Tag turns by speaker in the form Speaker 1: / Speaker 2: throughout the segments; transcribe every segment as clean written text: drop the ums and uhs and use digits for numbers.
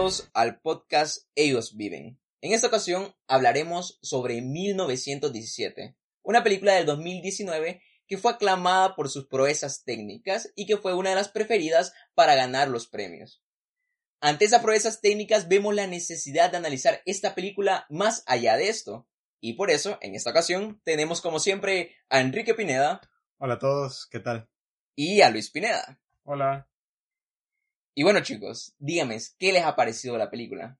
Speaker 1: Bienvenidos al podcast Ellos Viven. En esta ocasión hablaremos sobre 1917, una película del 2019 que fue aclamada por sus proezas técnicas y que fue una de las preferidas para ganar los premios. Ante esas proezas técnicas vemos la necesidad de analizar esta película más allá de esto. Y por eso, en esta ocasión, tenemos como siempre a Enrique Pineda.
Speaker 2: Hola a todos, ¿qué tal?
Speaker 1: Y a Luis Pineda.
Speaker 2: Hola.
Speaker 1: Y bueno, chicos, díganme, ¿qué les ha parecido la película?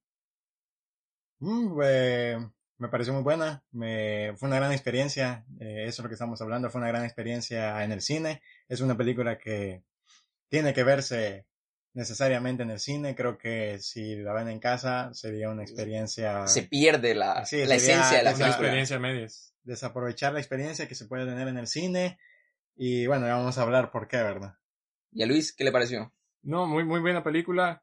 Speaker 2: Me pareció muy buena, fue una gran experiencia, eso es lo que estamos hablando, fue una gran experiencia en el cine, es una película que tiene que verse necesariamente en el cine, creo que si la ven en casa sería una experiencia...
Speaker 1: Se pierde la esencia de la película.
Speaker 2: Experiencia medias. Desaprovechar la experiencia que se puede tener en el cine y bueno, ya vamos a hablar por qué, ¿verdad?
Speaker 1: ¿Y a Luis qué le pareció?
Speaker 3: No, muy buena película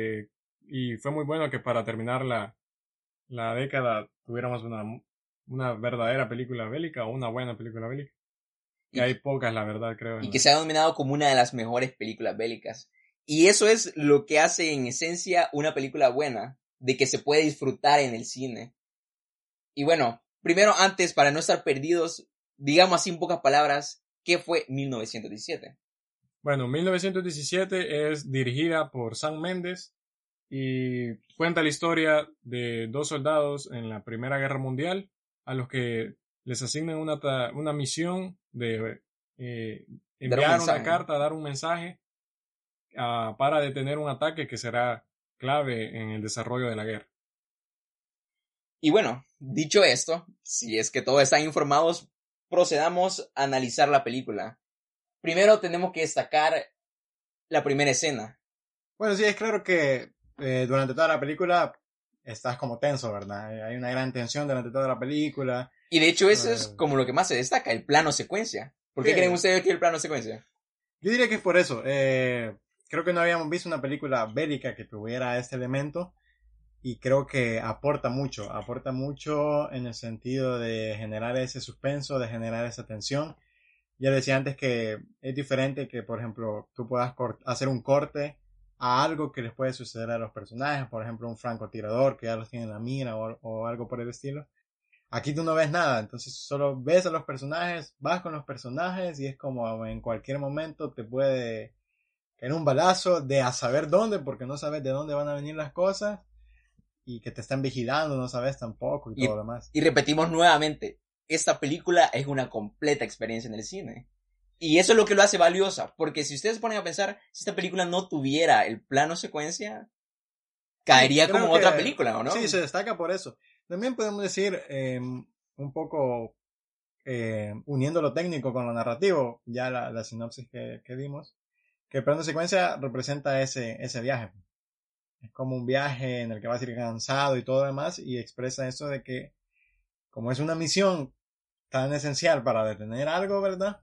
Speaker 3: y fue muy bueno que para terminar la década tuviéramos una verdadera película bélica o una buena película bélica. Que hay pocas, la verdad, creo.
Speaker 1: Y que se ha denominado como una de las mejores películas bélicas. Y eso es lo que hace en esencia una película buena, de que se puede disfrutar en el cine. Y bueno, primero antes, para no estar perdidos, digamos así en pocas palabras, ¿qué fue 1917?
Speaker 3: Bueno, 1917 es dirigida por Sam Mendes y cuenta la historia de dos soldados en la Primera Guerra Mundial a los que les asignan una misión de enviar una carta, dar un mensaje para detener un ataque que será clave en el desarrollo de la guerra.
Speaker 1: Y bueno, dicho esto, si es que todos están informados, procedamos a analizar la película. Primero tenemos que destacar la primera escena.
Speaker 2: Bueno, sí, es claro que durante toda la película estás como tenso, ¿verdad? Hay una gran tensión durante toda la película.
Speaker 1: Y de hecho eso es como lo que más se destaca, el plano secuencia. ¿Por qué creen ustedes que el plano secuencia?
Speaker 2: Yo diría que es por eso. Creo que no habíamos visto una película bélica que tuviera este elemento y creo que aporta mucho en el sentido de generar ese suspenso, de generar esa tensión. Ya decía antes que es diferente que, por ejemplo, tú puedas hacer un corte a algo que les puede suceder a los personajes, por ejemplo, un francotirador que ya los tiene en la mira o algo por el estilo. Aquí tú no ves nada, entonces solo ves a los personajes, vas con los personajes y es como en cualquier momento te puede caer un balazo de a saber dónde, porque no sabes de dónde van a venir las cosas y que te están vigilando, no sabes tampoco y todo lo demás.
Speaker 1: Y repetimos nuevamente, esta película es una completa experiencia en el cine. Y eso es lo que lo hace valiosa, porque si ustedes se ponen a pensar, si esta película no tuviera el plano secuencia, caería como otra película, ¿o no?
Speaker 2: Sí, se destaca por eso. También podemos decir, un poco uniendo lo técnico con lo narrativo, ya la sinopsis que dimos, que el plano secuencia representa ese viaje. Es como un viaje en el que vas a ir cansado y todo lo demás, y expresa eso de que, como es una misión tan esencial para detener algo, ¿verdad?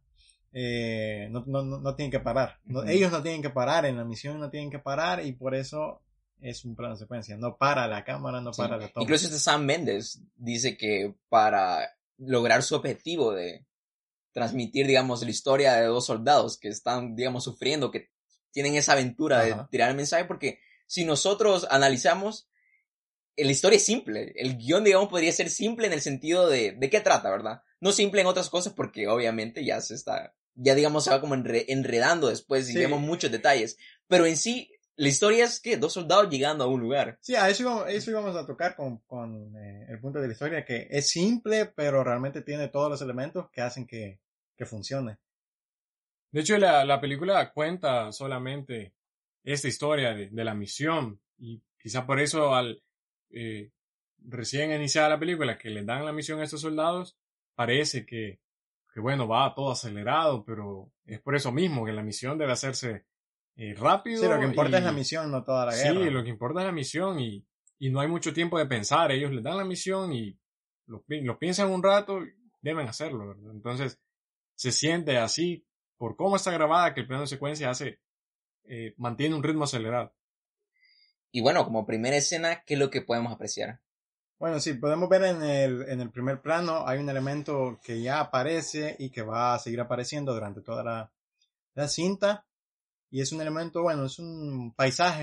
Speaker 2: No tienen que parar. Ellos no tienen que parar, en la misión no tienen que parar, y por eso es un plano secuencia. No para la cámara, no para la toma.
Speaker 1: Incluso Sam Mendes dice que para lograr su objetivo de transmitir, digamos, la historia de dos soldados que están, digamos, sufriendo, que tienen esa aventura de tirar el mensaje, porque si nosotros analizamos, la historia es simple, el guión, digamos, podría ser simple en el sentido de qué trata, ¿verdad? No simple en otras cosas porque obviamente ya digamos, se va como enredando después y vemos muchos detalles, pero en sí, la historia es que dos soldados llegando a un lugar.
Speaker 2: Sí, a eso íbamos a tocar con el punto de la historia, que es simple, pero realmente tiene todos los elementos que hacen que funcione.
Speaker 3: De hecho, la película cuenta solamente esta historia de la misión y quizá por eso al recién iniciada la película que le dan la misión a estos soldados parece que bueno, va todo acelerado, pero es por eso mismo que la misión debe hacerse rápido.
Speaker 2: Sí, lo que importa es la misión, no toda la guerra.
Speaker 3: Sí, lo que importa es la misión y no hay mucho tiempo de pensar. Ellos les dan la misión y lo piensan un rato y deben hacerlo, ¿verdad? Entonces se siente así por cómo está grabada que el plano de secuencia mantiene un ritmo acelerado.
Speaker 1: Y bueno, como primera escena, ¿qué es lo que podemos apreciar?
Speaker 2: Bueno, sí, podemos ver en el primer plano hay un elemento que ya aparece y que va a seguir apareciendo durante toda la cinta. Y es un elemento, bueno, es un paisaje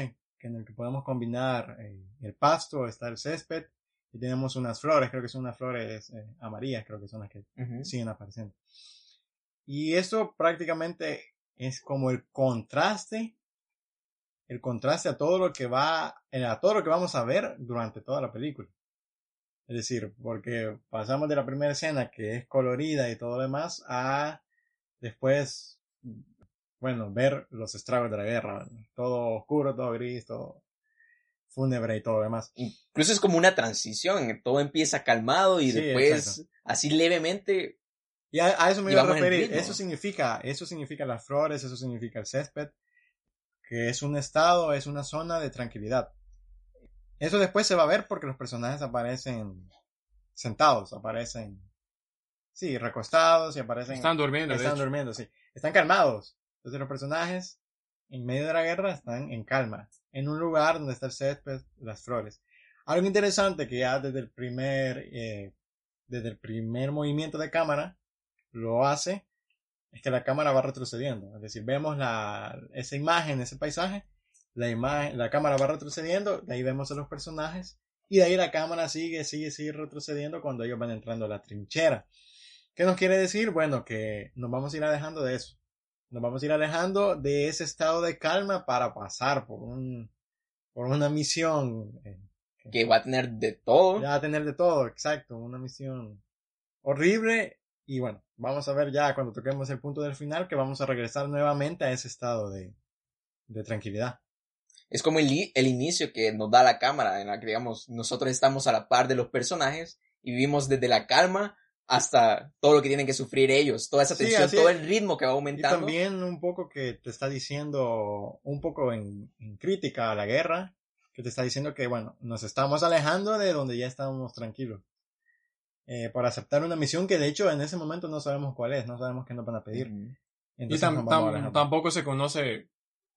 Speaker 2: en el que podemos combinar el pasto, está el césped, y tenemos unas flores, creo que son unas flores amarillas, creo que son las que siguen apareciendo. Y esto prácticamente es como el contraste a todo lo que vamos a ver durante toda la película. Es decir, porque pasamos de la primera escena, que es colorida y todo lo demás, a después, bueno, ver los estragos de la guerra, ¿verdad? Todo oscuro, todo gris, todo fúnebre y todo lo demás.
Speaker 1: Incluso es como una transición, todo empieza calmado y después, exacto, así levemente.
Speaker 2: Y a eso me iba a referir. Eso significa las flores, eso significa el césped, que es un estado, es una zona de tranquilidad. Eso después se va a ver porque los personajes aparecen sentados, recostados y aparecen...
Speaker 3: Están durmiendo,
Speaker 2: sí. Están calmados. Entonces los personajes en medio de la guerra están en calma, en un lugar donde está el césped, las flores. Algo interesante que ya desde el primer movimiento de cámara lo hace, es que la cámara va retrocediendo. Es decir, vemos esa imagen, ese paisaje, la cámara va retrocediendo, de ahí vemos a los personajes, y de ahí la cámara sigue retrocediendo cuando ellos van entrando a la trinchera. ¿Qué nos quiere decir? Bueno, que nos vamos a ir alejando de eso. Nos vamos a ir alejando de ese estado de calma para pasar por una misión.
Speaker 1: Que va a tener de todo.
Speaker 2: Va a tener de todo, exacto. Una misión horrible. Y bueno, vamos a ver ya cuando toquemos el punto del final que vamos a regresar nuevamente a ese estado de tranquilidad.
Speaker 1: Es como el inicio que nos da la cámara, en la que, digamos, nosotros estamos a la par de los personajes y vivimos desde la calma hasta todo lo que tienen que sufrir ellos, toda esa tensión, todo el ritmo que va aumentando.
Speaker 2: Y también un poco que te está diciendo, un poco en crítica a la guerra, que te está diciendo que, bueno, nos estamos alejando de donde ya estábamos tranquilos. Para aceptar una misión que de hecho en ese momento no sabemos cuál es, no sabemos qué nos van a pedir.
Speaker 3: Entonces, y tampoco se conoce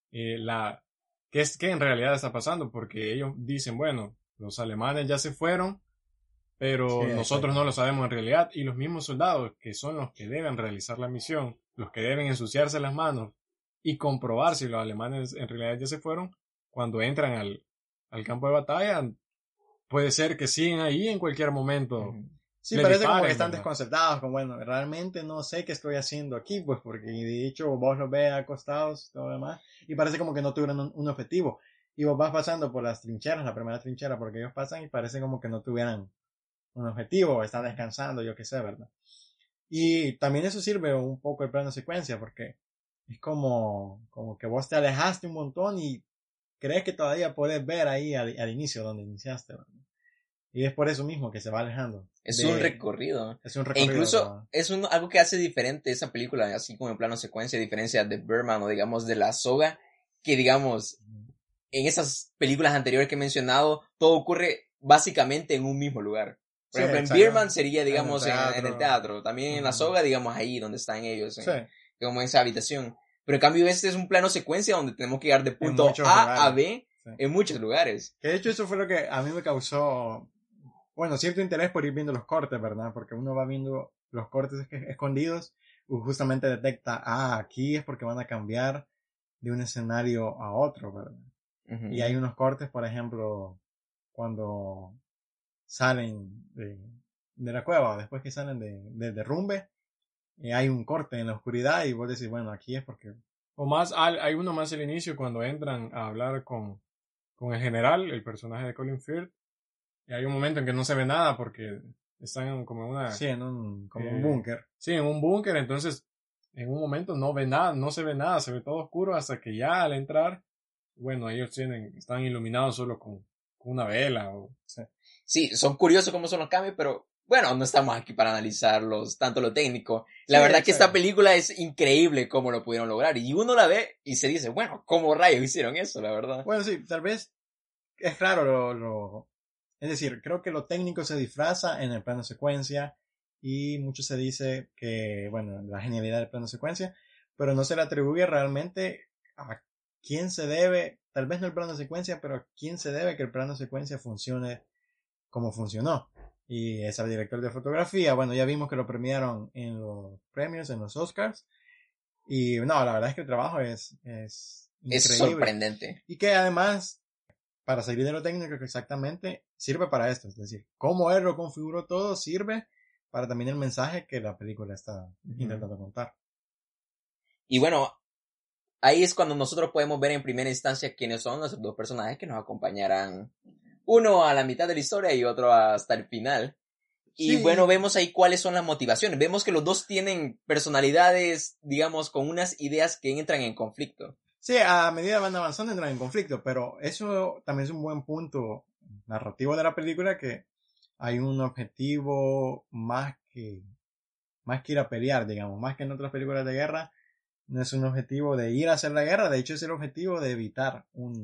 Speaker 3: qué en realidad está pasando, porque ellos dicen, bueno, los alemanes ya se fueron, pero nosotros no lo sabemos en realidad, y los mismos soldados, que son los que deben realizar la misión, los que deben ensuciarse las manos y comprobar si los alemanes en realidad ya se fueron, cuando entran al campo de batalla, puede ser que siguen ahí en cualquier momento.
Speaker 2: Sí, parece como que están desconcertados, como bueno, realmente no sé qué estoy haciendo aquí, pues porque de hecho vos los ves acostados y todo lo demás, y parece como que no tuvieran un objetivo, y vos vas pasando por las trincheras, la primera trinchera, porque ellos pasan y parece como que no tuvieran un objetivo, están descansando, yo qué sé, ¿verdad? Y también eso sirve un poco el plano secuencia, porque es como que vos te alejaste un montón y crees que todavía puedes ver ahí al inicio donde iniciaste, ¿verdad? Y es por eso mismo que se va alejando.
Speaker 1: Es un recorrido. E incluso es algo que hace diferente esa película, así como en plano secuencia, a diferencia de Birdman o digamos de La Soga, que digamos en esas películas anteriores que he mencionado, todo ocurre básicamente en un mismo lugar. Por ejemplo, en Birdman sería, digamos, en el teatro. También en La Soga, digamos, ahí donde están ellos, como en esa habitación. Pero en cambio este es un plano secuencia donde tenemos que llegar de punto A a B en muchos lugares.
Speaker 2: Que de hecho eso fue lo que a mí me causó... Bueno, cierto interés por ir viendo los cortes, ¿verdad? Porque uno va viendo los cortes escondidos y justamente detecta, aquí es porque van a cambiar de un escenario a otro, ¿verdad? Uh-huh. Y hay unos cortes, por ejemplo, cuando salen de la cueva, después que salen de derrumbe, hay un corte en la oscuridad y vos decís, bueno, aquí es porque...
Speaker 3: O más, hay uno más al inicio cuando entran a hablar con el general, el personaje de Colin Firth. Y hay un momento en que no se ve nada porque están como en una...
Speaker 2: Sí, en un búnker.
Speaker 3: Sí, en un búnker, entonces en un momento no se ve nada, se ve todo oscuro hasta que ya al entrar, bueno, ellos están iluminados solo con una vela.
Speaker 1: Sí, son curiosos cómo son los cambios, pero bueno, no estamos aquí para analizarlos, tanto lo técnico. La verdad que esta película es increíble cómo lo pudieron lograr y uno la ve y se dice, bueno, ¿cómo rayos hicieron eso, la verdad?
Speaker 2: Bueno, sí, tal vez es claro es decir, creo que lo técnico se disfraza en el plano secuencia y mucho se dice que, bueno, la genialidad del plano secuencia, pero no se le atribuye realmente a quién se debe, tal vez no el plano secuencia, pero a quién se debe que el plano secuencia funcione como funcionó. Y es al director de fotografía. Bueno, ya vimos que lo premiaron en los premios, en los Oscars. Y no, la verdad es que el trabajo es increíble.
Speaker 1: Es sorprendente.
Speaker 2: Y que además para salir de lo técnico, que exactamente sirve para esto. Es decir, cómo él lo configuró todo sirve para también el mensaje que la película está intentando contar.
Speaker 1: Y bueno, ahí es cuando nosotros podemos ver en primera instancia quiénes son los dos personajes que nos acompañarán. Uno a la mitad de la historia y otro hasta el final. Y
Speaker 2: Sí.
Speaker 1: bueno, vemos ahí cuáles son las motivaciones. Vemos que los dos tienen personalidades, digamos, con unas ideas que entran en conflicto.
Speaker 2: Sí, a medida que van avanzando entran en conflicto, pero eso también es un buen punto narrativo de la película, que hay un objetivo más que ir a pelear, digamos, más que en otras películas de guerra. No es un objetivo de ir a hacer la guerra, de hecho es el objetivo de evitar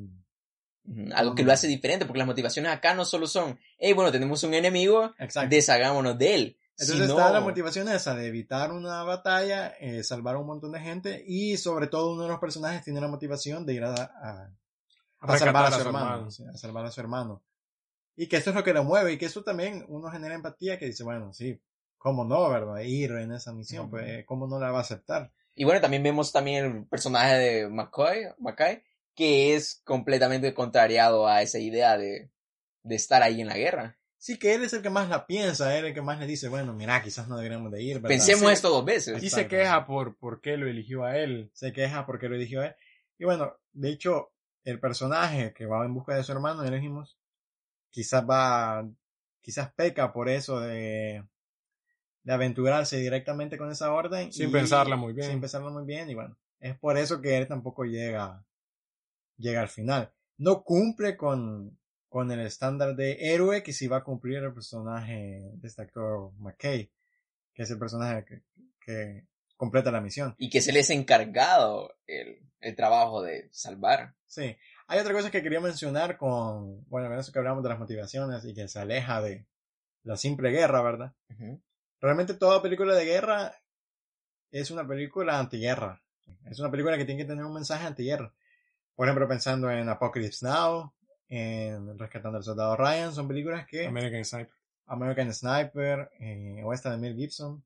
Speaker 1: algo que lo hace diferente, porque las motivaciones acá no solo son, hey, bueno, tenemos un enemigo, deshagámonos de él.
Speaker 2: Entonces está la motivación esa de evitar una batalla, salvar a un montón de gente, y sobre todo uno de los personajes tiene la motivación de ir a salvar a su hermano, ¿sí? A salvar a su hermano. Y que esto es lo que lo mueve, y que eso también uno genera empatía, que dice, bueno, sí, cómo no, ¿verdad? Ir en esa misión, pues, ¿cómo no la va a aceptar?
Speaker 1: Y bueno, también vemos también el personaje de McCoy, que es completamente contrariado a esa idea de estar ahí en la guerra.
Speaker 2: Sí, que él es el que más la piensa, él es el que más le dice, bueno, mira, quizás no deberíamos de ir, ¿verdad?
Speaker 1: Pensemos esto 2 veces.
Speaker 3: Y se queja por qué lo eligió a él.
Speaker 2: Se queja porque lo eligió a él. Y bueno, de hecho, el personaje que va en busca de su hermano, elegimos, quizás peca por eso de aventurarse directamente con esa orden.
Speaker 3: Sin pensarla muy bien.
Speaker 2: Sin pensarla muy bien, y bueno, es por eso que él tampoco llega al final. No cumple con el estándar de héroe que sí va a cumplir el personaje de este actor McKay, que es el personaje que completa la misión.
Speaker 1: Y que se les ha encargado el trabajo de salvar.
Speaker 2: Sí. Hay otra cosa que quería mencionar con eso que hablamos de las motivaciones y que se aleja de la simple guerra, ¿verdad? Realmente toda película de guerra es una película antiguerra. Es una película que tiene que tener un mensaje antiguerra. Por ejemplo, pensando en Apocalypse Now, en Rescatando al Soldado Ryan, son películas que... American Sniper, o esta de Mel Gibson.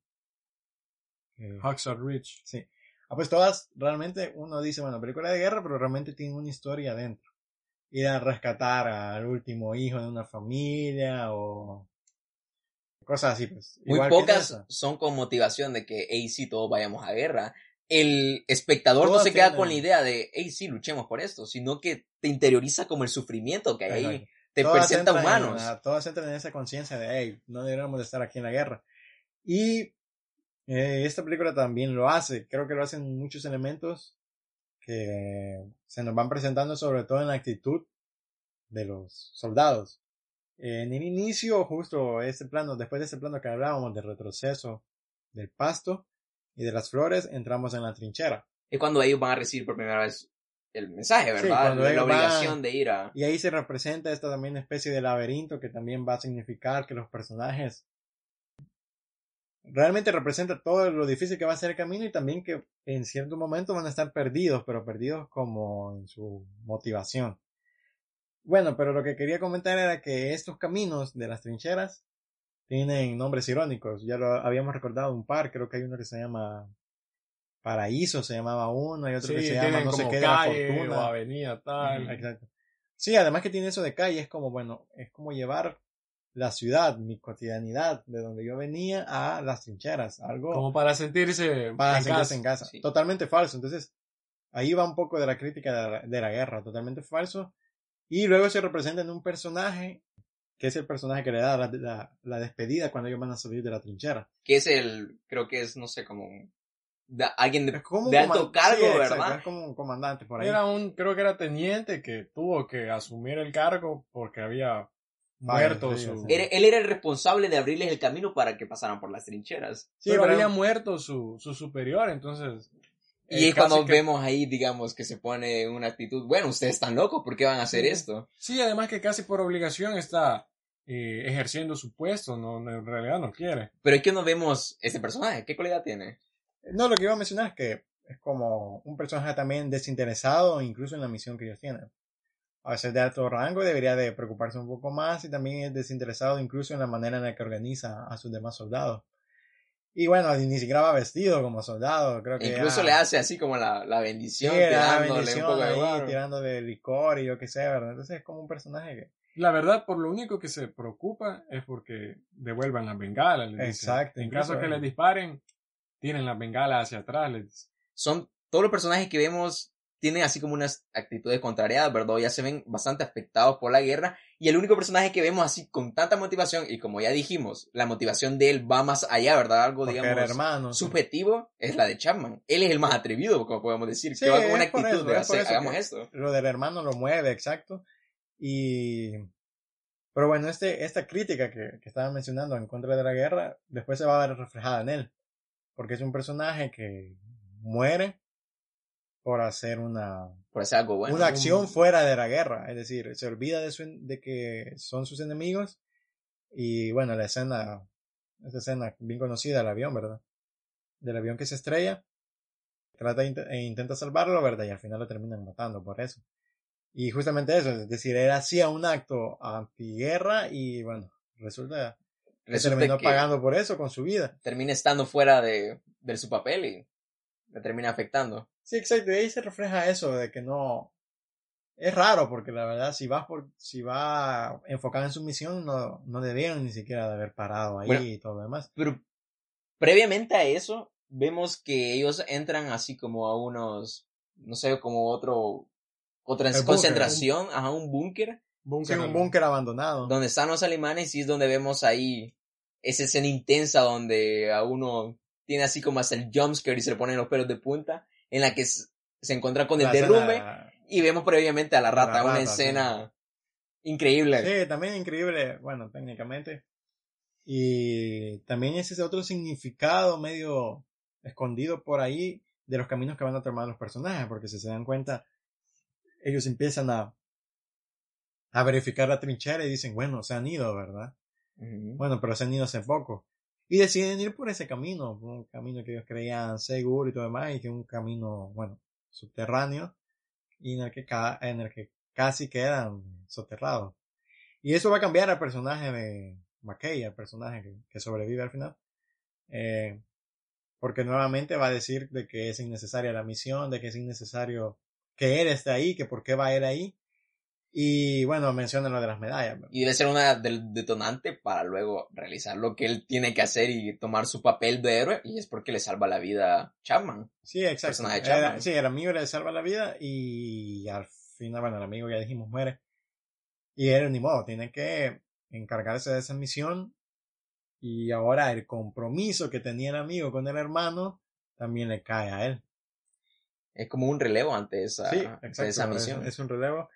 Speaker 3: Hacksaw Ridge.
Speaker 2: Sí. Pues todas, realmente, uno dice, bueno, película de guerra, pero realmente tienen una historia adentro. Ir a rescatar al último hijo de una familia, o cosas así, pues.
Speaker 1: Muy pocas son con motivación de que, hey, sí, todos vayamos a guerra. El espectador todas no se queda con la idea de, hey, sí, luchemos por esto, sino que te interioriza como el sufrimiento que hay ahí. Te todas presenta humanos.
Speaker 2: Todas entran en esa conciencia de, hey, no deberíamos de estar aquí en la guerra. Y esta película también lo hace. Creo que lo hacen muchos elementos que se nos van presentando, sobre todo en la actitud de los soldados. En el inicio, justo después de este plano que hablábamos del retroceso del pasto y de las flores, entramos en la trinchera.
Speaker 1: Es cuando ellos van a recibir por primera vez el mensaje, ¿verdad? Sí, la obligación de ir a...
Speaker 2: Y ahí se representa esta también especie de laberinto que también va a significar que los personajes realmente representa todo lo difícil que va a ser el camino, y también que en cierto momento van a estar perdidos, pero perdidos como en su motivación. Bueno, pero lo que quería comentar era que estos caminos de las trincheras tienen nombres irónicos. Ya lo habíamos recordado un par, creo que hay uno que se llama Paraíso, se llamaba uno, hay otro que se llama no sé qué de la fortuna.
Speaker 3: O avenida tal.
Speaker 2: Exacto. Sí, además que tiene eso de calle, es como llevar la ciudad, mi cotidianidad, de donde yo venía a las trincheras, algo
Speaker 3: como para sentirse
Speaker 2: en casa. Sí. Totalmente falso. Entonces, ahí va un poco de la crítica de la guerra, totalmente falso. Y luego se representa en un personaje que es el personaje que le da la despedida cuando ellos van a salir de la trinchera.
Speaker 1: Que es creo que es, no sé, como alguien de alto cargo, sí, ¿verdad?
Speaker 2: Exacto, es como un comandante por ahí.
Speaker 3: Creo que era teniente que tuvo que asumir el cargo porque había muerto su...
Speaker 1: Él era el responsable de abrirles el camino para que pasaran por las trincheras.
Speaker 3: Sí, pero había muerto su superior, entonces...
Speaker 1: Y es cuando vemos ahí, digamos, que se pone una actitud, bueno, ustedes están locos, ¿por qué van a hacer esto?
Speaker 3: Sí, además que casi por obligación está ejerciendo su puesto, no, en realidad no quiere.
Speaker 1: Pero es que no vemos ese personaje, ¿qué cualidad tiene?
Speaker 2: No, lo que iba a mencionar es que es como un personaje también desinteresado, incluso en la misión que ellos tienen. A veces de alto rango debería de preocuparse un poco más, y también es desinteresado incluso en la manera en la que organiza a sus demás soldados. Y bueno, ni siquiera va vestido como soldado, creo que
Speaker 1: incluso le hace así como la bendición,
Speaker 2: sí,
Speaker 1: tirándole un poco de
Speaker 2: ahí,
Speaker 1: guaro.
Speaker 2: tirándole licor y yo qué sé, ¿verdad? Entonces es como un personaje que...
Speaker 3: La verdad, por lo único que se preocupa es porque devuelvan las bengalas.
Speaker 2: Exacto.
Speaker 3: En caso de que les disparen, tienen las bengalas hacia atrás.
Speaker 1: Todos los personajes que vemos tienen así como unas actitudes contrariadas, ¿verdad? Ya se ven bastante afectados por la guerra. Y el único personaje que vemos así con tanta motivación, y como ya dijimos, la motivación de él va más allá, ¿verdad? Algo,
Speaker 2: porque
Speaker 1: digamos,
Speaker 2: hermano,
Speaker 1: subjetivo, es la de Chapman. Él es el más atrevido, como podemos decir,
Speaker 2: sí,
Speaker 1: que va con una
Speaker 2: por
Speaker 1: actitud
Speaker 2: eso,
Speaker 1: de hacer,
Speaker 2: eso
Speaker 1: hagamos esto.
Speaker 2: lo del hermano lo mueve, exacto. Pero bueno, esta crítica que estaba mencionando en contra de la guerra, después se va a ver reflejada en él. Porque es un personaje que muere por hacer
Speaker 1: algo bueno.
Speaker 2: Una acción fuera de la guerra. Es decir, se olvida de que son sus enemigos. Y bueno, esa escena bien conocida del avión, ¿verdad? Del avión que se estrella. Intenta salvarlo, ¿verdad? Y al final lo terminan matando por eso. Y justamente eso, es decir, él hacía un acto antiguerra y bueno, resulta que terminó pagando por eso con su vida.
Speaker 1: Termina estando fuera de su papel y le termina afectando.
Speaker 2: Sí, exacto, y ahí se refleja eso de que no... Es raro porque la verdad si va enfocado en su misión no debieron ni siquiera de haber parado ahí y todo lo demás.
Speaker 1: Pero previamente a eso vemos que ellos entran así como a unos, no sé, como otra concentración, un búnker.
Speaker 2: Sí, un búnker abandonado.
Speaker 1: Donde están los alemanes y es donde vemos ahí esa escena intensa donde a uno tiene así como hasta el jumpscare y se le ponen los pelos de punta, en la que se encuentra con el derrumbe y vemos previamente a la rata, una escena increíble.
Speaker 2: Sí, también increíble, bueno, técnicamente. Y también es ese otro significado medio escondido por ahí de los caminos que van a tomar los personajes, porque si se dan cuenta, ellos empiezan a verificar la trinchera y dicen, bueno, se han ido, ¿verdad? Uh-huh. Bueno, pero se han ido hace poco. Y deciden ir por ese camino, un camino que ellos creían seguro y todo demás, y que es un camino, bueno, subterráneo, y en el que casi quedan soterrados. Y eso va a cambiar al personaje de McKay, al personaje que sobrevive al final. Porque nuevamente va a decir de que es innecesaria la misión, de que es innecesario que él esté ahí, que por qué va él ahí. Y bueno, menciona lo de las medallas.
Speaker 1: Y debe ser una del detonante para luego realizar lo que él tiene que hacer y tomar su papel de héroe. Y es porque le salva la vida a Chapman.
Speaker 2: Sí, exacto. El amigo le salva la vida y al final, bueno, el amigo ya dijimos muere. Y él ni modo, tiene que encargarse de esa misión. Y ahora el compromiso que tenía el amigo con el hermano también le cae a él.
Speaker 1: Es como un relevo ante esa, esa misión.
Speaker 2: Es un relevo.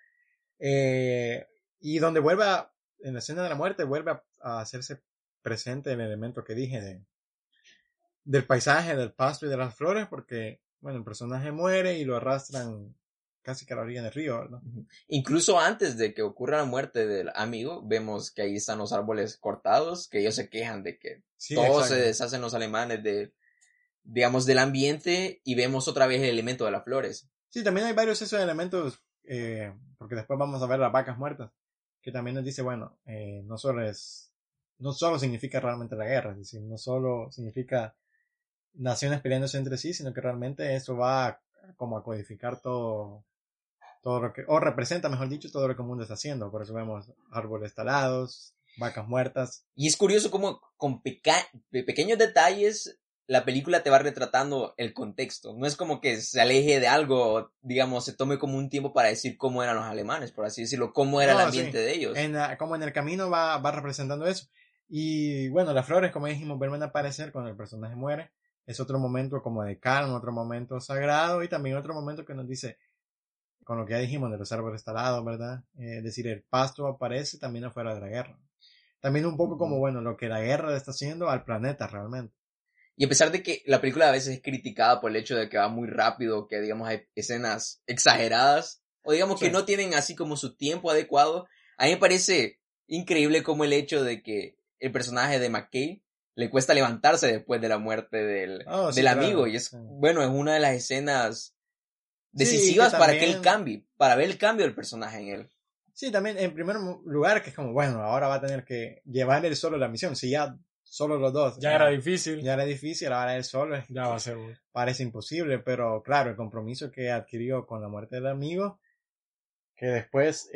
Speaker 2: Y donde en la escena de la muerte, vuelve a hacerse presente el elemento que dije del paisaje, del pasto y de las flores, porque, bueno, el personaje muere y lo arrastran casi que a la orilla del río, ¿verdad?
Speaker 1: Incluso antes de que ocurra la muerte del amigo, vemos que ahí están los árboles cortados, que ellos se quejan de que todos se deshacen los alemanes digamos, del ambiente, y vemos otra vez el elemento de las flores.
Speaker 2: Sí, también hay varios esos elementos, porque después vamos a ver las vacas muertas, que también nos dice, bueno, no solo significa realmente la guerra, es decir, no solo significa naciones peleándose entre sí, sino que realmente eso va como a codificar todo lo que, o representa, mejor dicho, todo lo que el mundo está haciendo. Por eso vemos árboles talados, vacas muertas.
Speaker 1: Y es curioso cómo con pequeños detalles la película te va retratando el contexto. No es como que se aleje de algo, digamos, se tome como un tiempo para decir cómo eran los alemanes, por así decirlo, cómo era el ambiente de ellos.
Speaker 2: Como en el camino va representando eso. Y bueno, las flores, como dijimos, vuelven a aparecer cuando el personaje muere. Es otro momento como de calma, otro momento sagrado y también otro momento que nos dice, con lo que ya dijimos de los árboles talados, ¿verdad? Es decir, el pasto aparece también afuera de la guerra. También un poco como, bueno, lo que la guerra le está haciendo al planeta realmente.
Speaker 1: Y a pesar de que la película a veces es criticada por el hecho de que va muy rápido, que digamos hay escenas exageradas, o digamos que no tienen así como su tiempo adecuado, a mí me parece increíble como el hecho de que el personaje de McKay le cuesta levantarse después de la muerte del amigo. Claro. Y es, bueno, es una de las escenas decisivas para que él cambie, para ver el cambio del personaje en él.
Speaker 2: Sí, también en primer lugar que es como, bueno, ahora va a tener que llevar él solo la misión. Si ya solo los dos.
Speaker 3: Ya era difícil.
Speaker 2: Ya era difícil, ahora él solo.
Speaker 3: Ya va a ser.
Speaker 2: Parece imposible, pero claro, el compromiso que adquirió con la muerte del amigo, que después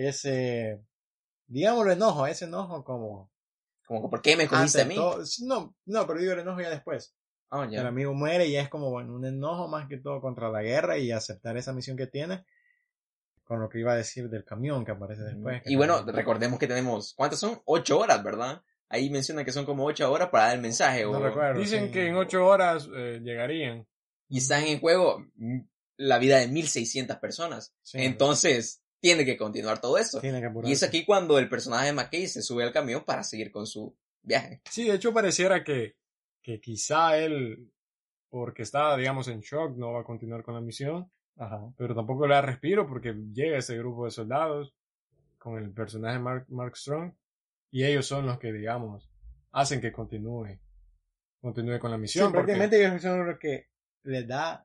Speaker 2: digámoslo ese enojo como
Speaker 1: ¿por qué me cogiste a mí?
Speaker 2: No, pero digo el enojo ya después.
Speaker 1: Oh, ya.
Speaker 2: El amigo muere y es como un enojo más que todo contra la guerra y aceptar esa misión que tiene, con lo que iba a decir del camión que aparece después.
Speaker 1: Y bueno, recordemos que tenemos, ¿cuántas son? 8 horas, ¿verdad? Ahí menciona que son como 8 horas para dar el mensaje.
Speaker 2: No recuerdo.
Speaker 3: Dicen que en 8 horas llegarían.
Speaker 1: Y están en juego la vida de 1600 personas. Sí, entonces, tiene que continuar todo esto. Y es aquí cuando el personaje de McKay se sube al camión para seguir con su viaje.
Speaker 3: Sí, de hecho pareciera que quizá él, porque está, digamos, en shock, no va a continuar con la misión. Ajá. Pero tampoco le da respiro porque llega ese grupo de soldados con el personaje Mark Strong y ellos son los que, digamos, hacen que continúe con la misión.
Speaker 2: Sí, prácticamente ellos son los que le dan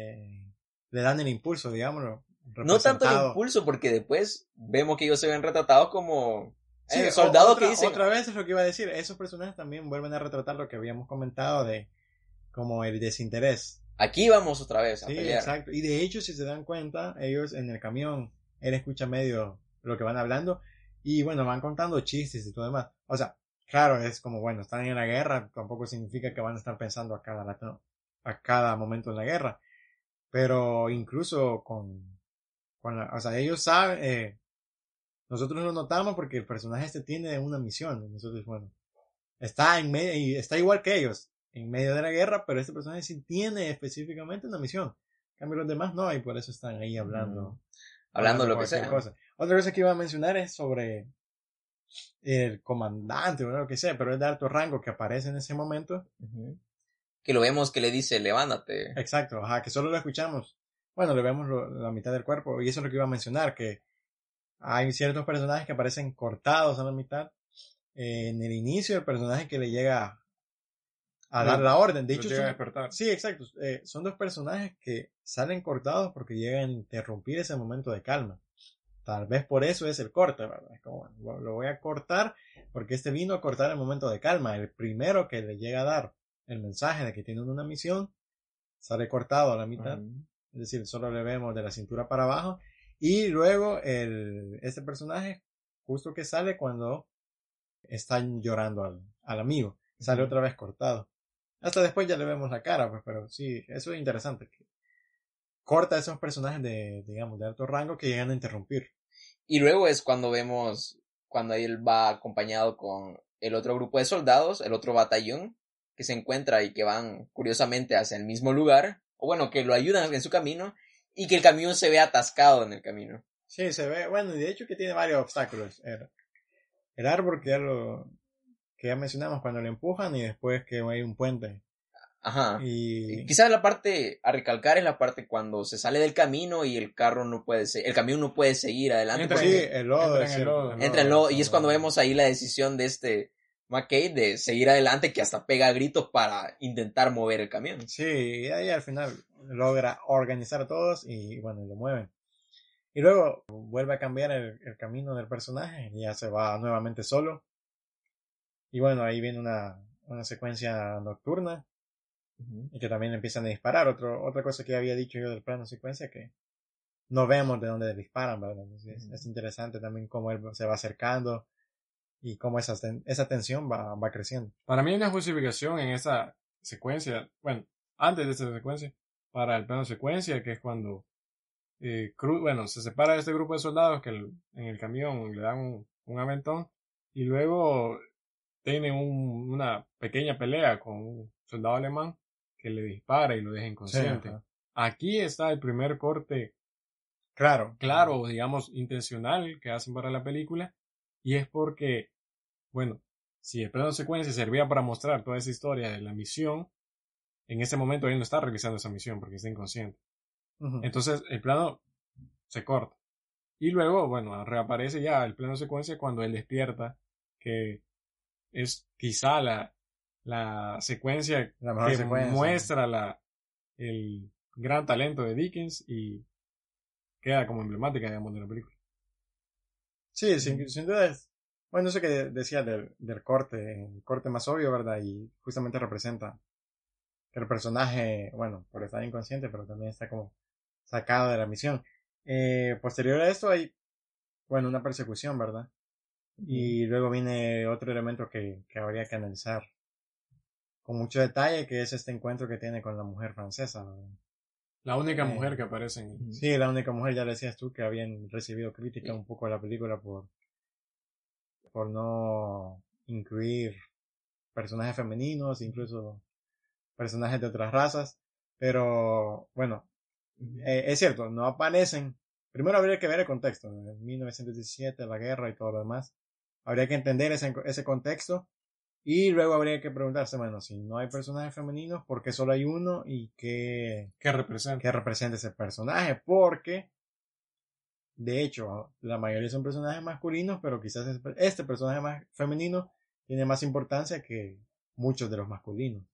Speaker 2: el impulso, digámoslo.
Speaker 1: No tanto el impulso, porque después vemos que ellos se ven retratados como soldados que dicen...
Speaker 2: Otra vez es lo que iba a decir, esos personajes también vuelven a retratar lo que habíamos comentado de como el desinterés.
Speaker 1: Aquí vamos otra vez a
Speaker 2: pelear. Sí, exacto. Y de hecho, si se dan cuenta, ellos en el camión, él escucha medio lo que van hablando y bueno, van contando chistes y todo demás. O sea, claro, es como, bueno, están en la guerra, tampoco significa que van a estar pensando a cada momento en la guerra. Pero incluso o sea, ellos saben, nosotros lo notamos porque el personaje tiene una misión. Nosotros, bueno, está en medio, y está igual que ellos, en medio de la guerra, pero este personaje sí tiene específicamente una misión. En cambio, los demás no, y por eso están ahí hablando.
Speaker 1: Hablando lo que sea.
Speaker 2: Cosa. Otra cosa que iba a mencionar es sobre el comandante o lo que sea, pero es de alto rango que aparece en ese momento.
Speaker 1: Que lo vemos que le dice, levántate.
Speaker 2: Exacto, que solo lo escuchamos. Bueno, le vemos la mitad del cuerpo, y eso es lo que iba a mencionar, que hay ciertos personajes que aparecen cortados a la mitad. En el inicio, el personaje que le llega a dar la orden. De hecho, sí, exacto. Son dos personajes que salen cortados porque llegan a interrumpir ese momento de calma. Tal vez por eso es el corte, ¿verdad? Es como, bueno, lo voy a cortar porque vino a cortar el momento de calma. El primero que le llega a dar el mensaje de que tienen una misión sale cortado a la mitad. Es decir, solo le vemos de la cintura para abajo. Y luego este personaje justo que sale cuando están llorando al amigo. Sale otra vez cortado. Hasta después ya le vemos la cara, pues, pero sí, eso es interesante. Que corta a esos personajes de alto rango que llegan a interrumpir.
Speaker 1: Y luego es cuando vemos, cuando él va acompañado con el otro grupo de soldados, el otro batallón, que se encuentra y que van curiosamente hacia el mismo lugar, o bueno, que lo ayudan en su camino, y que el camión se ve atascado en el camino.
Speaker 2: Sí, se ve, bueno, y de hecho que tiene varios obstáculos. El árbol que ya mencionamos cuando le empujan y después que hay un puente.
Speaker 1: Ajá. Y quizás la parte a recalcar es la parte cuando se sale del camino y el carro no puede el camión no puede seguir adelante.
Speaker 2: Entra
Speaker 1: en el lodo y es cuando vemos ahí la decisión de McKay de seguir adelante, que hasta pega gritos para intentar mover el camión.
Speaker 2: Sí, y ahí al final logra organizar a todos y bueno, lo mueven. Y luego vuelve a cambiar el camino del personaje y ya se va nuevamente solo. Y bueno, ahí viene una secuencia nocturna y que también empiezan a disparar. Otra cosa que había dicho yo del plano secuencia, que no vemos de dónde disparan, ¿verdad? Es interesante también cómo él se va acercando y cómo esa tensión va creciendo.
Speaker 3: Para mí hay una justificación en esa secuencia, bueno, antes de esa secuencia, para el plano secuencia, que es cuando se separa de este grupo de soldados que en el camión le dan un aventón y luego tiene una pequeña pelea con un soldado alemán que le dispara y lo deja inconsciente. Sí, aquí está el primer corte claro, digamos, intencional que hacen para la película, y es porque, bueno, si el plano secuencia servía para mostrar toda esa historia de la misión, en ese momento él no está realizando esa misión porque está inconsciente. Entonces el plano se corta. Y luego, bueno, reaparece ya el plano secuencia cuando él despierta, que es quizá la secuencia que muestra el gran talento de Dickens y queda como emblemática, digamos, de la película.
Speaker 2: Sí, sin duda Bueno, eso que decía del corte, el corte más obvio, ¿verdad? Y justamente representa que el personaje, bueno, por estar inconsciente, pero también está como sacado de la misión. Posterior a esto hay, bueno, una persecución, ¿verdad? Y luego viene otro elemento que habría que analizar con mucho detalle, que es este encuentro que tiene con la mujer francesa, ¿verdad?
Speaker 3: La única mujer que aparece en...
Speaker 2: Sí, la única mujer, ya decías tú, que habían recibido crítica un poco a la película por no incluir personajes femeninos, incluso personajes de otras razas, pero bueno, es cierto, no aparecen. Primero habría que ver el contexto, en 1917, la guerra y todo lo demás. Habría que entender ese contexto y luego habría que preguntarse, bueno, si no hay personajes femeninos, ¿por qué solo hay uno y qué representa ese personaje? Porque, de hecho, la mayoría son personajes masculinos, pero quizás este personaje más femenino tiene más importancia que muchos de los masculinos.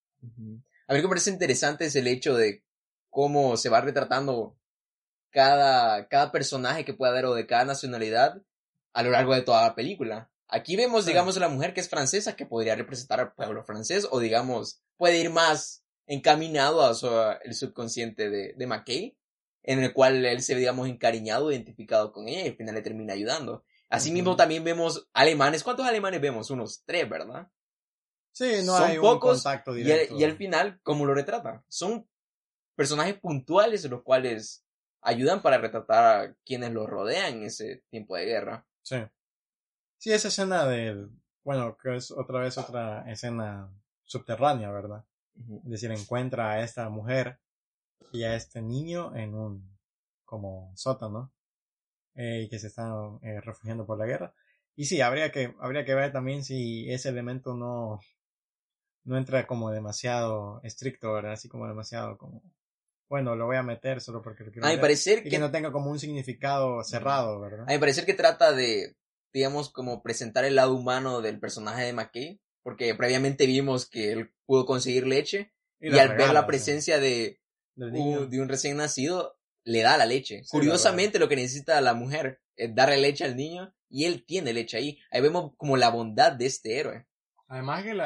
Speaker 1: A mí lo que me parece interesante es el hecho de cómo se va retratando cada personaje que pueda haber o de cada nacionalidad a lo largo de toda la película. Aquí vemos, digamos, a la mujer que es francesa, que podría representar al pueblo francés, o digamos, puede ir más encaminado a el subconsciente de McKay, en el cual él se ve, digamos, encariñado, identificado con ella, y al final le termina ayudando. Asimismo, también vemos alemanes. ¿Cuántos alemanes vemos? Unos 3, ¿verdad?
Speaker 2: Sí, no
Speaker 1: son
Speaker 2: hay
Speaker 1: pocos,
Speaker 2: un contacto directo.
Speaker 1: Y al final, ¿cómo lo retratan? Son personajes puntuales los cuales ayudan para retratar a quienes los rodean en ese tiempo de guerra.
Speaker 2: Sí. Sí, esa escena bueno, que es otra vez otra escena subterránea, ¿verdad? Es decir, encuentra a esta mujer y a este niño en un como sótano y que se están refugiando por la guerra. Y sí, habría que ver también si ese elemento no entra como demasiado estricto, ¿verdad? Así como demasiado como, bueno, lo voy a meter solo porque lo quiero meter. Y que no tenga como un significado cerrado, ¿verdad?
Speaker 1: A mi parecer que trata de, digamos, como presentar el lado humano del personaje de McKay, porque previamente vimos que él pudo conseguir leche y al ver la presencia de un recién nacido, le da la leche. Sí, curiosamente lo que necesita la mujer es darle leche al niño y él tiene leche ahí. Ahí vemos como la bondad de este héroe.
Speaker 3: Además que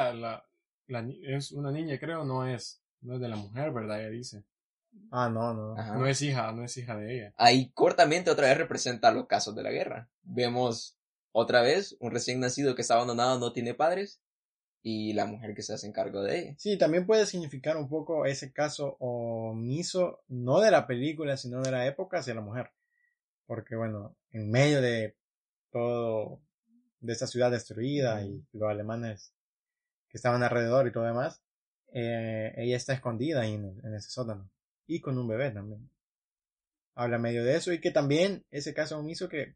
Speaker 3: es una niña, creo, no es de la mujer, ¿verdad? Ella dice.
Speaker 2: No.
Speaker 3: Ajá. No es hija de ella.
Speaker 1: Ahí cortamente otra vez representa los casos de la guerra. Vemos otra vez un recién nacido que está abandonado, no tiene padres, y la mujer que se hace cargo de ella.
Speaker 2: Sí, también puede significar un poco ese caso omiso, no de la película, sino de la época hacia la mujer. Porque bueno, en medio de todo, de esa ciudad destruida y los alemanes que estaban alrededor y todo demás, ella está escondida ahí en ese sótano. Y con un bebé también. Habla medio de eso y que también ese caso omiso que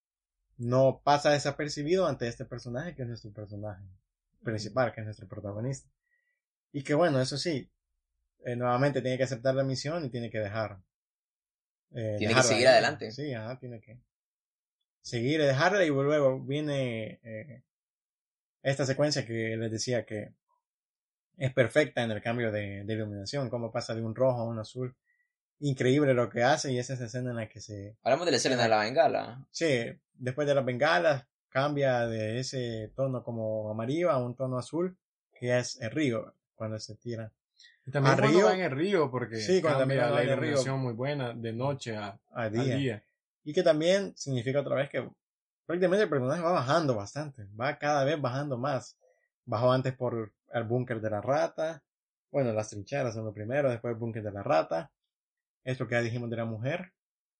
Speaker 2: no pasa desapercibido ante este personaje que es nuestro personaje principal, que es nuestro protagonista. Y que bueno, eso sí, nuevamente tiene que aceptar la misión y tiene que dejar.
Speaker 1: Tiene que seguir adelante.
Speaker 2: Sí, tiene que seguir y dejarla y luego viene esta secuencia que les decía que es perfecta en el cambio de iluminación, cómo pasa de un rojo a un azul. Increíble lo que hace y es esa escena en la que se...
Speaker 1: Hablamos de la escena de la bengala.
Speaker 2: Sí, después de las bengalas cambia de ese tono como amarillo a un tono azul que es el río cuando se tira.
Speaker 3: Y también cuando va en el río porque
Speaker 2: sí,
Speaker 3: cambia la iluminación muy buena de noche al día.
Speaker 2: Y que también significa otra vez que prácticamente el personaje va bajando bastante, va cada vez bajando más. Bajó antes por el búnker de la rata, bueno, las trincheras son lo primero, después el búnker de la rata, esto que ya dijimos de la mujer.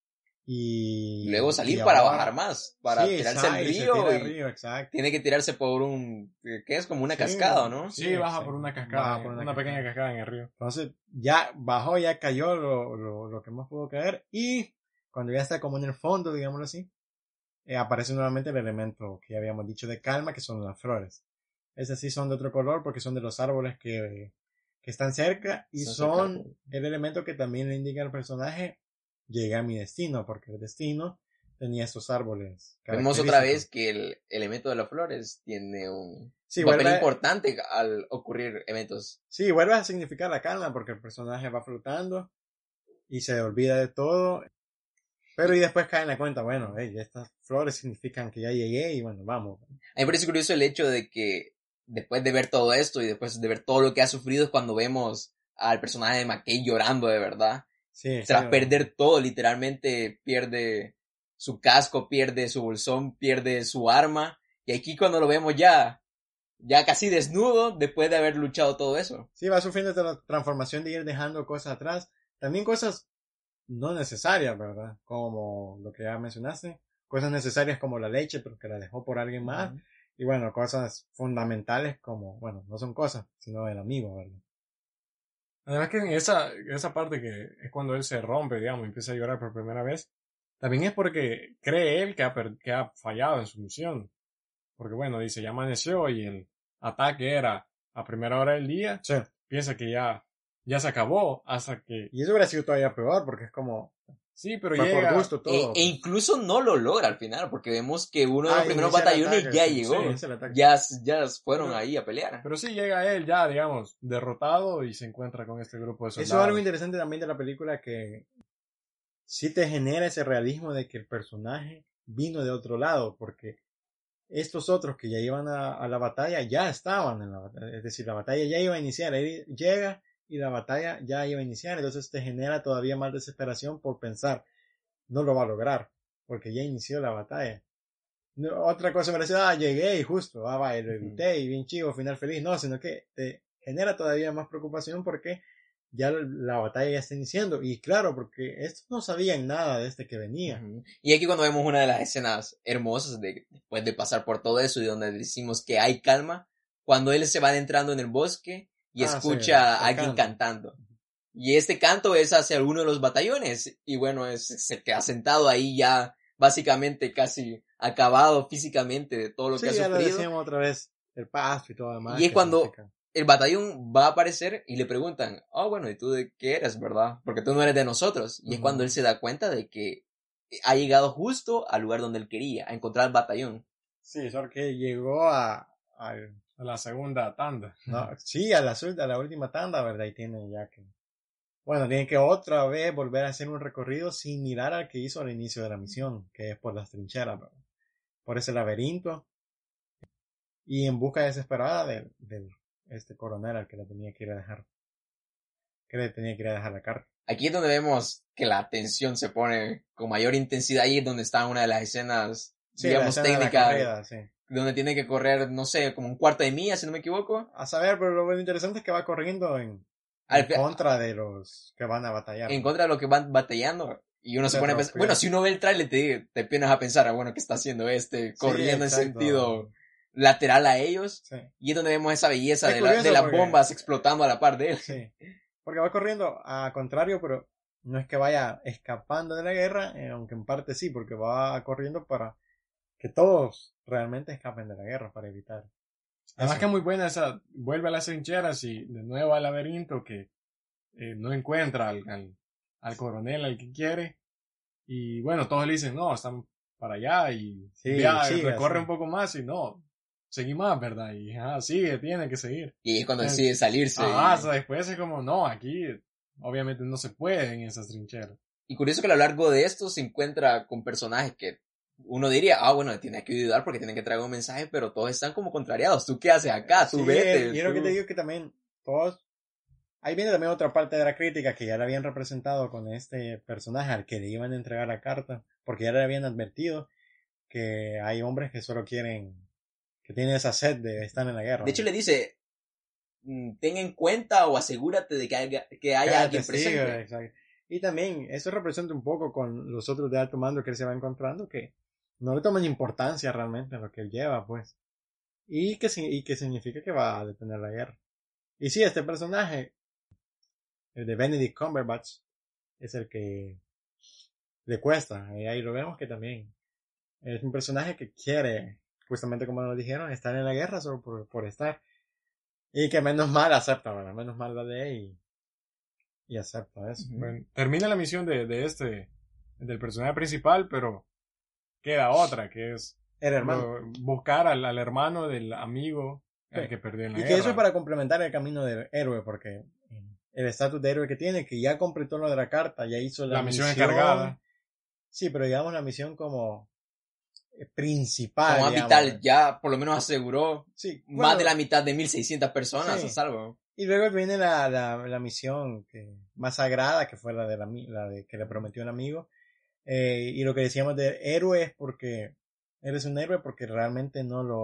Speaker 2: Y
Speaker 1: luego salir para bajar más, para tirarse al río.
Speaker 2: Exacto.
Speaker 1: Tiene que tirarse por que es como una cascada, ¿no?
Speaker 3: Sí, baja por una cascada, una pequeña cascada en el río.
Speaker 2: Entonces ya bajó, ya cayó lo que más pudo caer y cuando ya está como en el fondo, digámoslo así, aparece nuevamente el elemento que ya habíamos dicho de calma, que son las flores. Esas sí son de otro color porque son de los árboles que están cerca y son el elemento que también le indica al personaje: llegué a mi destino, porque el destino tenía estos árboles.
Speaker 1: Vemos otra vez que el elemento de las flores tiene un papel importante al ocurrir eventos.
Speaker 2: Sí, vuelve a significar la calma porque el personaje va flotando y se olvida de todo. Pero y después cae en la cuenta, bueno, hey, estas flores significan que ya llegué y bueno, vamos.
Speaker 1: A mí me parece curioso el hecho de que después de ver todo esto y después de ver todo lo que ha sufrido es cuando vemos al personaje de McKay llorando de verdad.
Speaker 2: Sí,
Speaker 1: Tras
Speaker 2: sí,
Speaker 1: perder todo, literalmente pierde su casco, pierde su bolsón, pierde su arma. Y aquí cuando lo vemos ya casi desnudo después de haber luchado todo eso.
Speaker 2: Sí, va sufriendo esta transformación de ir dejando cosas atrás. También cosas no necesarias, ¿verdad? Como lo que ya mencionaste. Cosas necesarias como la leche, pero que la dejó por alguien más. Uh-huh. Y bueno, cosas fundamentales como, bueno, no son cosas, sino el amigo, ¿verdad?
Speaker 3: Además que en esa parte que es cuando él se rompe, digamos, y empieza a llorar por primera vez, también es porque cree él que ha fallado en su misión. Porque bueno, dice, ya amaneció y el ataque era a primera hora del día.
Speaker 2: Sí.
Speaker 3: Piensa que ya se acabó hasta que...
Speaker 2: Y eso hubiera sido todavía peor porque es como...
Speaker 3: Sí, pero llega...
Speaker 2: por gusto todo.
Speaker 1: E incluso no lo logra al final porque vemos que uno de los primeros batallones ya llegó. Sí, ya fueron ahí a pelear.
Speaker 3: Pero sí llega él ya, digamos, derrotado y se encuentra con este grupo de soldados.
Speaker 2: Eso es algo interesante también de la película que sí te genera ese realismo de que el personaje vino de otro lado porque estos otros que ya iban a la batalla ya estaban en la batalla, es decir, la batalla ya iba a iniciar, él llega y la batalla ya iba a iniciar, entonces te genera todavía más desesperación por pensar, no lo va a lograr, porque ya inició la batalla. No, otra cosa me decía, llegué y justo, lo evité y bien chivo, final feliz, no, sino que te genera todavía más preocupación porque ya la batalla ya está iniciando. Y claro, porque estos no sabían nada de este que venía.
Speaker 1: Uh-huh. Y aquí cuando vemos una de las escenas hermosas después de pasar por todo eso y donde decimos que hay calma, cuando él se va adentrando en el bosque y escucha a alguien cantando. Y este canto es hacia alguno de los batallones. Y bueno, se queda sentado ahí ya básicamente casi acabado físicamente de todo lo que ha sufrido.
Speaker 2: Sí, ya lo decíamos otra vez, el pasto y todo demás.
Speaker 1: Y es cuando el batallón va a aparecer y le preguntan, bueno, ¿y tú de qué eres, verdad? Porque tú no eres de nosotros. Y es cuando él se da cuenta de que ha llegado justo al lugar donde él quería, a encontrar el batallón.
Speaker 2: Sí, solo que llegó a
Speaker 3: la segunda tanda.
Speaker 2: No, sí, a la última tanda, ¿verdad? Y tiene ya que... Bueno, tiene que otra vez volver a hacer un recorrido similar al que hizo al inicio de la misión, que es por las trincheras, ¿verdad? Por ese laberinto. Y en busca desesperada del este coronel al que le tenía que ir a dejar. Que le tenía que ir a dejar la carta.
Speaker 1: Aquí es donde vemos que la tensión se pone con mayor intensidad. Ahí es donde está una de las escenas,
Speaker 2: sí,
Speaker 1: digamos, técnicas.
Speaker 2: Sí.
Speaker 1: Donde tiene que correr, no sé, como un cuarto de milla, si no me equivoco.
Speaker 2: A saber, pero lo interesante es que va corriendo en contra de los que van a batallar.
Speaker 1: En contra de los que van batallando. Y uno se pone a pensar, bueno, si uno ve el trailer te pones a pensar, bueno, ¿qué está haciendo corriendo en sentido lateral a ellos? Sí. Y es donde vemos esa belleza de las bombas explotando a la par de él.
Speaker 2: Sí. Porque va corriendo a contrario, pero no es que vaya escapando de la guerra, aunque en parte sí, porque va corriendo para que todos realmente escapen de la guerra, para evitar.
Speaker 3: Además que es muy buena esa, vuelve a las trincheras y de nuevo al laberinto que no encuentra al coronel al que quiere. Y bueno, todos le dicen, no, están para allá y recorre un poco más y no, seguí más, ¿verdad? Y sigue, tiene que seguir.
Speaker 1: Y es cuando decide salirse.
Speaker 3: Hasta después es como, no, aquí obviamente no se puede en esas trincheras.
Speaker 1: Y curioso que a lo largo de esto se encuentra con personajes que uno diría, bueno, tiene que ayudar porque tienen que traer un mensaje, pero todos están como contrariados. ¿Tú qué haces acá? Tú vete.
Speaker 2: Y lo que te digo que también todos... Ahí viene también otra parte de la crítica que ya le habían representado con este personaje al que le iban a entregar la carta, porque ya le habían advertido que hay hombres que solo quieren, que tienen esa sed de estar en la guerra.
Speaker 1: De hecho, le dice, ten en cuenta o asegúrate de que haya alguien presente.
Speaker 2: Exacto. Y también eso representa un poco con los otros de alto mando que él se va encontrando, que no le toman importancia realmente a lo que él lleva, pues. Y que significa que va a detener la guerra. Y sí, este personaje, el de Benedict Cumberbatch, es el que le cuesta. Y ahí lo vemos que también es un personaje que quiere, justamente como nos dijeron, estar en la guerra solo por estar. Y que menos mal acepta, ¿verdad? Menos mal la ley y acepta eso.
Speaker 3: Bueno, termina la misión del personaje principal, pero queda otra, que es
Speaker 2: el hermano.
Speaker 3: Buscar al hermano del amigo al que perdió en la guerra.
Speaker 2: Y que eso es para complementar el camino del héroe, porque el estatus de héroe que tiene, que ya completó lo de la carta, ya hizo la misión
Speaker 3: encargada.
Speaker 2: Sí, pero digamos la misión como principal,
Speaker 1: Como
Speaker 2: digamos.
Speaker 1: vital, ya por lo menos aseguró
Speaker 2: Sí,
Speaker 1: más
Speaker 2: bueno,
Speaker 1: de la mitad de 1.600 personas
Speaker 2: sí.
Speaker 1: a salvo.
Speaker 2: Y luego viene la misión más sagrada, que fue la de que le prometió un amigo. Y lo que decíamos de héroe es porque eres un héroe porque realmente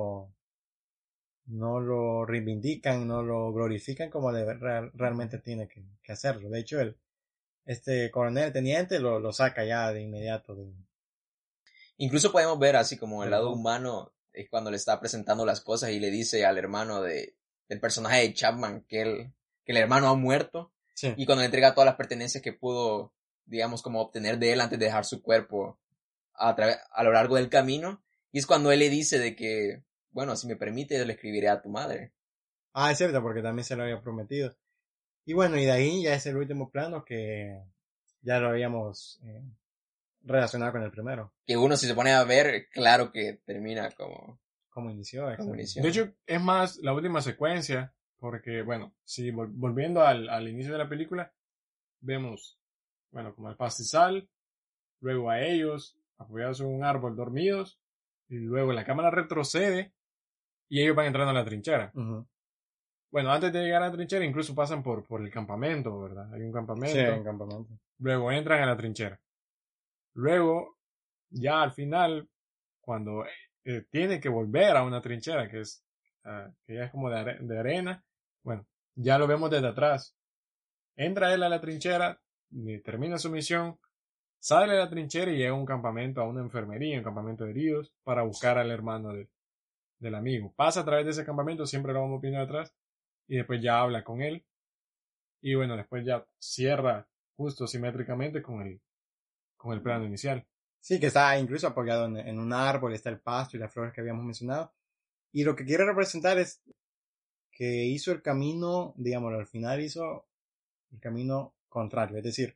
Speaker 2: no lo reivindican, no lo glorifican como realmente tiene que hacerlo. De hecho, este coronel teniente lo saca ya de inmediato
Speaker 1: Incluso podemos ver así como el
Speaker 2: del
Speaker 1: lado
Speaker 2: bote.
Speaker 1: humano, es cuando le está presentando las cosas y le dice al hermano del personaje de Chapman que el hermano ha muerto,
Speaker 2: Sí.
Speaker 1: y cuando le entrega todas las pertenencias que pudo, digamos, como obtener de él antes de dejar su cuerpo a lo largo del camino, y es cuando él le dice de que, bueno, si me permite, le escribiré a tu madre.
Speaker 2: Ah, es cierto, porque también se lo había prometido. Y bueno, y de ahí ya es el último plano que ya lo habíamos relacionado con el primero.
Speaker 1: Que uno, si se pone a ver, claro que termina
Speaker 2: Como inició,
Speaker 1: como
Speaker 2: exacto.
Speaker 3: De
Speaker 1: inició.
Speaker 3: hecho, es más la última secuencia, porque, bueno, si volviendo al inicio de la película, vemos, bueno, como el pastizal, luego a ellos apoyados en un árbol dormidos, y luego la cámara retrocede y ellos van entrando a la trinchera.
Speaker 2: Uh-huh.
Speaker 3: Bueno, antes de llegar a la trinchera incluso pasan por el campamento, ¿verdad? Hay un
Speaker 2: Sí,
Speaker 3: campamento.
Speaker 2: en campamento.
Speaker 3: Luego entran a la trinchera. Luego, ya al final, cuando tiene que volver a una trinchera, que ya es como de arena, bueno, ya lo vemos desde atrás. Entra él a la trinchera, termina su misión, sale de la trinchera y llega a un campamento, a una enfermería, un campamento de heridos, para buscar al hermano del amigo. Pasa a través de ese campamento, siempre lo vamos viendo atrás, y después ya habla con él. Y bueno, después ya cierra justo simétricamente con el plano inicial.
Speaker 2: Sí, que está incluso apoyado en un árbol, está el pasto y las flores que habíamos mencionado. Y lo que quiere representar es que hizo el camino, digámoslo, al final hizo el camino contrario, es decir,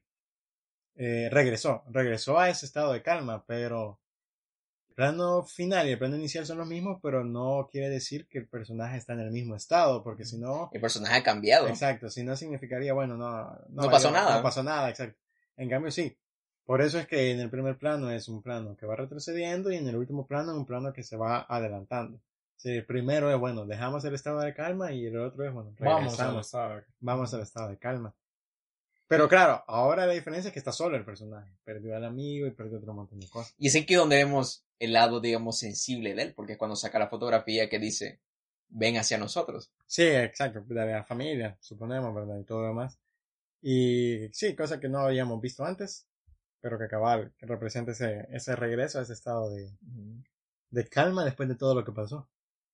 Speaker 2: regresó a ese estado de calma, pero el plano final y el plano inicial son los mismos, pero no quiere decir que el personaje está en el mismo estado, porque si no,
Speaker 1: El personaje ha cambiado.
Speaker 2: exacto, si no significaría, bueno, no
Speaker 1: No pasó
Speaker 2: valió, no
Speaker 1: nada.
Speaker 2: pasó nada, exacto. En cambio, sí. Por eso es que en el primer plano es un plano que va retrocediendo y en el último plano es un plano que se va adelantando. Sí, el primero es, bueno, dejamos el estado de calma y el otro es, bueno,
Speaker 3: Vamos al
Speaker 2: regresamos,
Speaker 3: estado.
Speaker 2: vamos al estado de calma. Pero claro, ahora la diferencia es que está solo el personaje. Perdió al amigo y perdió otro montón de cosas.
Speaker 1: Y es aquí donde vemos el lado, digamos, sensible de él, porque es cuando saca la fotografía que dice, ven hacia nosotros.
Speaker 2: Sí, exacto, de la familia, suponemos, ¿verdad? Y todo lo demás. Y sí, cosa que no habíamos visto antes, pero que representa ese regreso a ese estado de calma después de todo lo que pasó.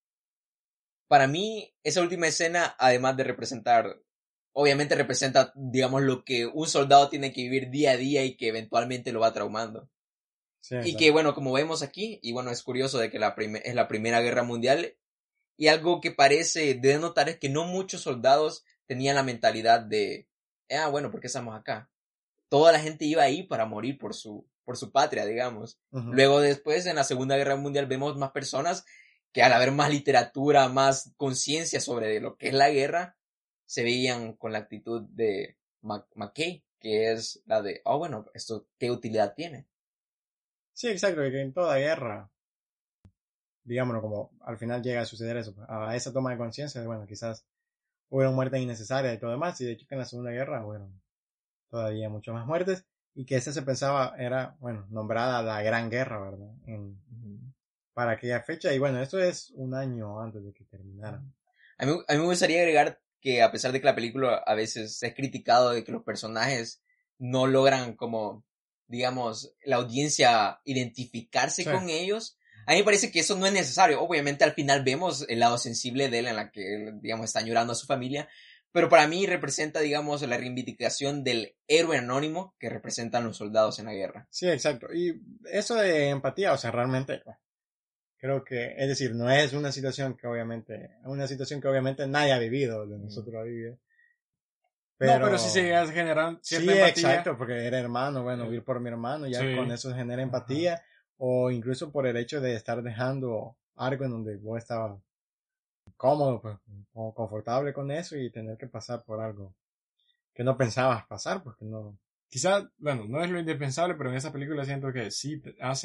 Speaker 1: Para mí, esa última escena, además de representar, obviamente representa, digamos, lo que un soldado tiene que vivir día a día y que eventualmente lo va traumando.
Speaker 2: Sí,
Speaker 1: Y
Speaker 2: exacto.
Speaker 1: que, bueno, como vemos aquí, y bueno, es curioso de que es la Primera Guerra Mundial, y algo que parece de notar es que no muchos soldados tenían la mentalidad de, bueno, ¿por qué estamos acá? Toda la gente iba ahí para morir por su patria, digamos.
Speaker 2: Uh-huh.
Speaker 1: Luego después, en la Segunda Guerra Mundial, vemos más personas que al haber más literatura, más conciencia sobre lo que es la guerra, se veían con la actitud de McKay, que es la de, bueno, esto, ¿qué utilidad tiene?
Speaker 2: Sí, exacto, que en toda guerra, digámoslo, como al final llega a suceder eso, a esa toma de conciencia de, bueno, quizás hubieron muertes innecesarias y todo demás, y de hecho que en la Segunda Guerra hubieron todavía mucho más muertes, y que esa se pensaba era, bueno, nombrada la Gran Guerra, ¿verdad? Para aquella fecha, y bueno, esto es un año antes de que terminara.
Speaker 1: A mí me gustaría agregar que a pesar de que la película a veces se ha criticado de que los personajes no logran como, digamos, la audiencia identificarse
Speaker 2: Sí.
Speaker 1: con ellos, a mí me parece que eso no es necesario. Obviamente al final vemos el lado sensible de él en la que él, digamos, está llorando a su familia, pero para mí representa, digamos, la reivindicación del héroe anónimo que representan los soldados en la guerra.
Speaker 2: Sí, exacto. Y eso de empatía, o sea, realmente creo que, es decir, no es una situación que obviamente nadie ha vivido, de nosotros ha vivido.
Speaker 3: No, pero sí se
Speaker 2: Pero
Speaker 3: llega a generar
Speaker 2: sí,
Speaker 3: cierta empatía.
Speaker 2: exacto, porque era hermano, bueno, ir por mi hermano, ya con
Speaker 3: Sí.
Speaker 2: eso se genera empatía, o incluso por el hecho de estar dejando algo en donde vos estabas cómodo, pues, o confortable con eso y tener que pasar por algo que no pensabas pasar, porque no,
Speaker 3: quizá, bueno, no es lo indispensable, pero en esa película siento que sí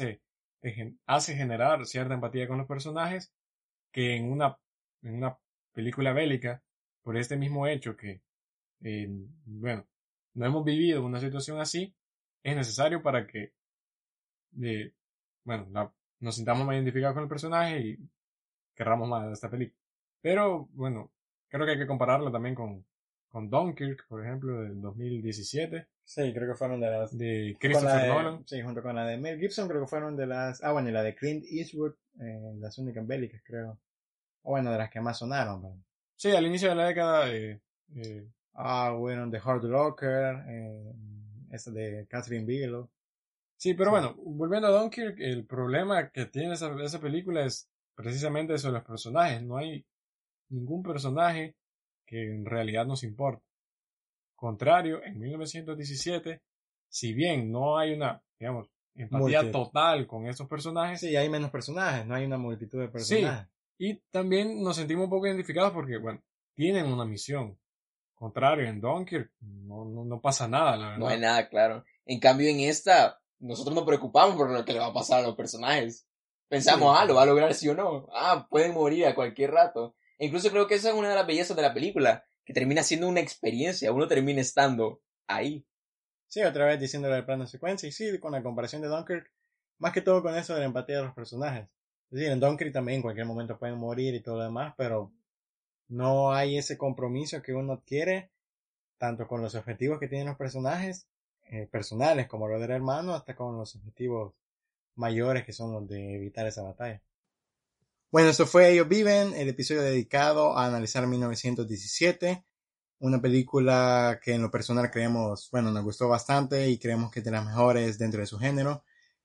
Speaker 3: hace generar cierta empatía con los personajes que en una película bélica, por este mismo hecho que, bueno, no hemos vivido una situación así, es necesario para que, bueno, nos sintamos más identificados con el personaje y querramos más de esta película. Pero, bueno, creo que hay que compararla también con Dunkirk, por ejemplo, del 2017.
Speaker 2: Sí, creo que fueron de las...
Speaker 3: De Christopher Nolan.
Speaker 2: Sí, junto con la de Mel Gibson, creo que fueron de las... Ah, bueno, y la de Clint Eastwood, las únicas bélicas, creo. O bueno, de las que más sonaron. ¿Verdad?
Speaker 3: Sí, al inicio de la década.
Speaker 2: Bueno, The Hard Locker, esa de Catherine Bigelow.
Speaker 3: Sí, pero bueno, volviendo a Dunkirk, el problema que tiene esa película es precisamente eso de los personajes. No hay ningún personaje que en realidad nos importe. Contrario, en 1917, si bien no hay una, digamos, empatía total con estos personajes.
Speaker 2: Sí, hay menos personajes, no hay una multitud de personajes.
Speaker 3: Sí, y también nos sentimos un poco identificados porque, bueno, tienen una misión. Contrario, en Dunkirk no pasa nada, la verdad.
Speaker 1: No hay nada, claro. En cambio, en esta, nosotros nos preocupamos por lo que le va a pasar a los personajes. Pensamos, lo va a lograr sí o no. Pueden morir a cualquier rato. E incluso creo que esa es una de las bellezas de la película, que termina siendo una experiencia, uno termina estando ahí.
Speaker 2: Sí, otra vez diciéndole el plano de secuencia, y sí, con la comparación de Dunkirk, más que todo con eso de la empatía de los personajes. Es decir, en Dunkirk también en cualquier momento pueden morir y todo lo demás, pero no hay ese compromiso que uno adquiere, tanto con los objetivos que tienen los personajes, personales como los del hermano, hasta con los objetivos mayores que son los de evitar esa batalla. Bueno, eso fue Ellos Viven, el episodio dedicado a analizar 1917, una película que en lo personal creemos, bueno, nos gustó bastante y creemos que es de las mejores dentro de su género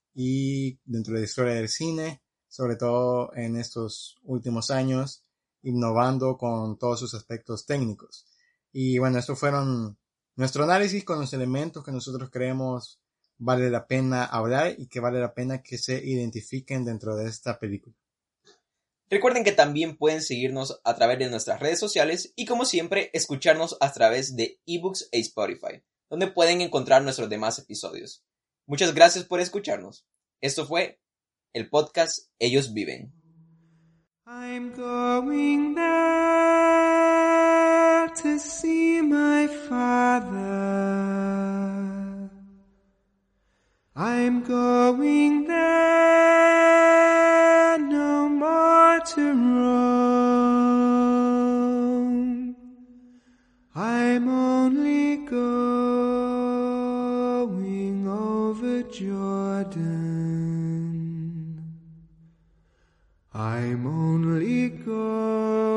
Speaker 2: y dentro de la historia del cine, sobre todo en estos últimos años, innovando con todos sus aspectos técnicos. Y bueno, estos fueron nuestro análisis con los elementos que nosotros creemos vale la pena hablar y que vale la pena que se identifiquen dentro de esta película.
Speaker 1: Recuerden que también pueden seguirnos a través de nuestras redes sociales y, como siempre, escucharnos a través de eBooks e Spotify, donde pueden encontrar nuestros demás episodios. Muchas gracias por escucharnos. Esto fue el podcast Ellos Viven.
Speaker 4: I'm going there to see my father. I'm going there no more to roam. I'm only going over Jordan. I'm only going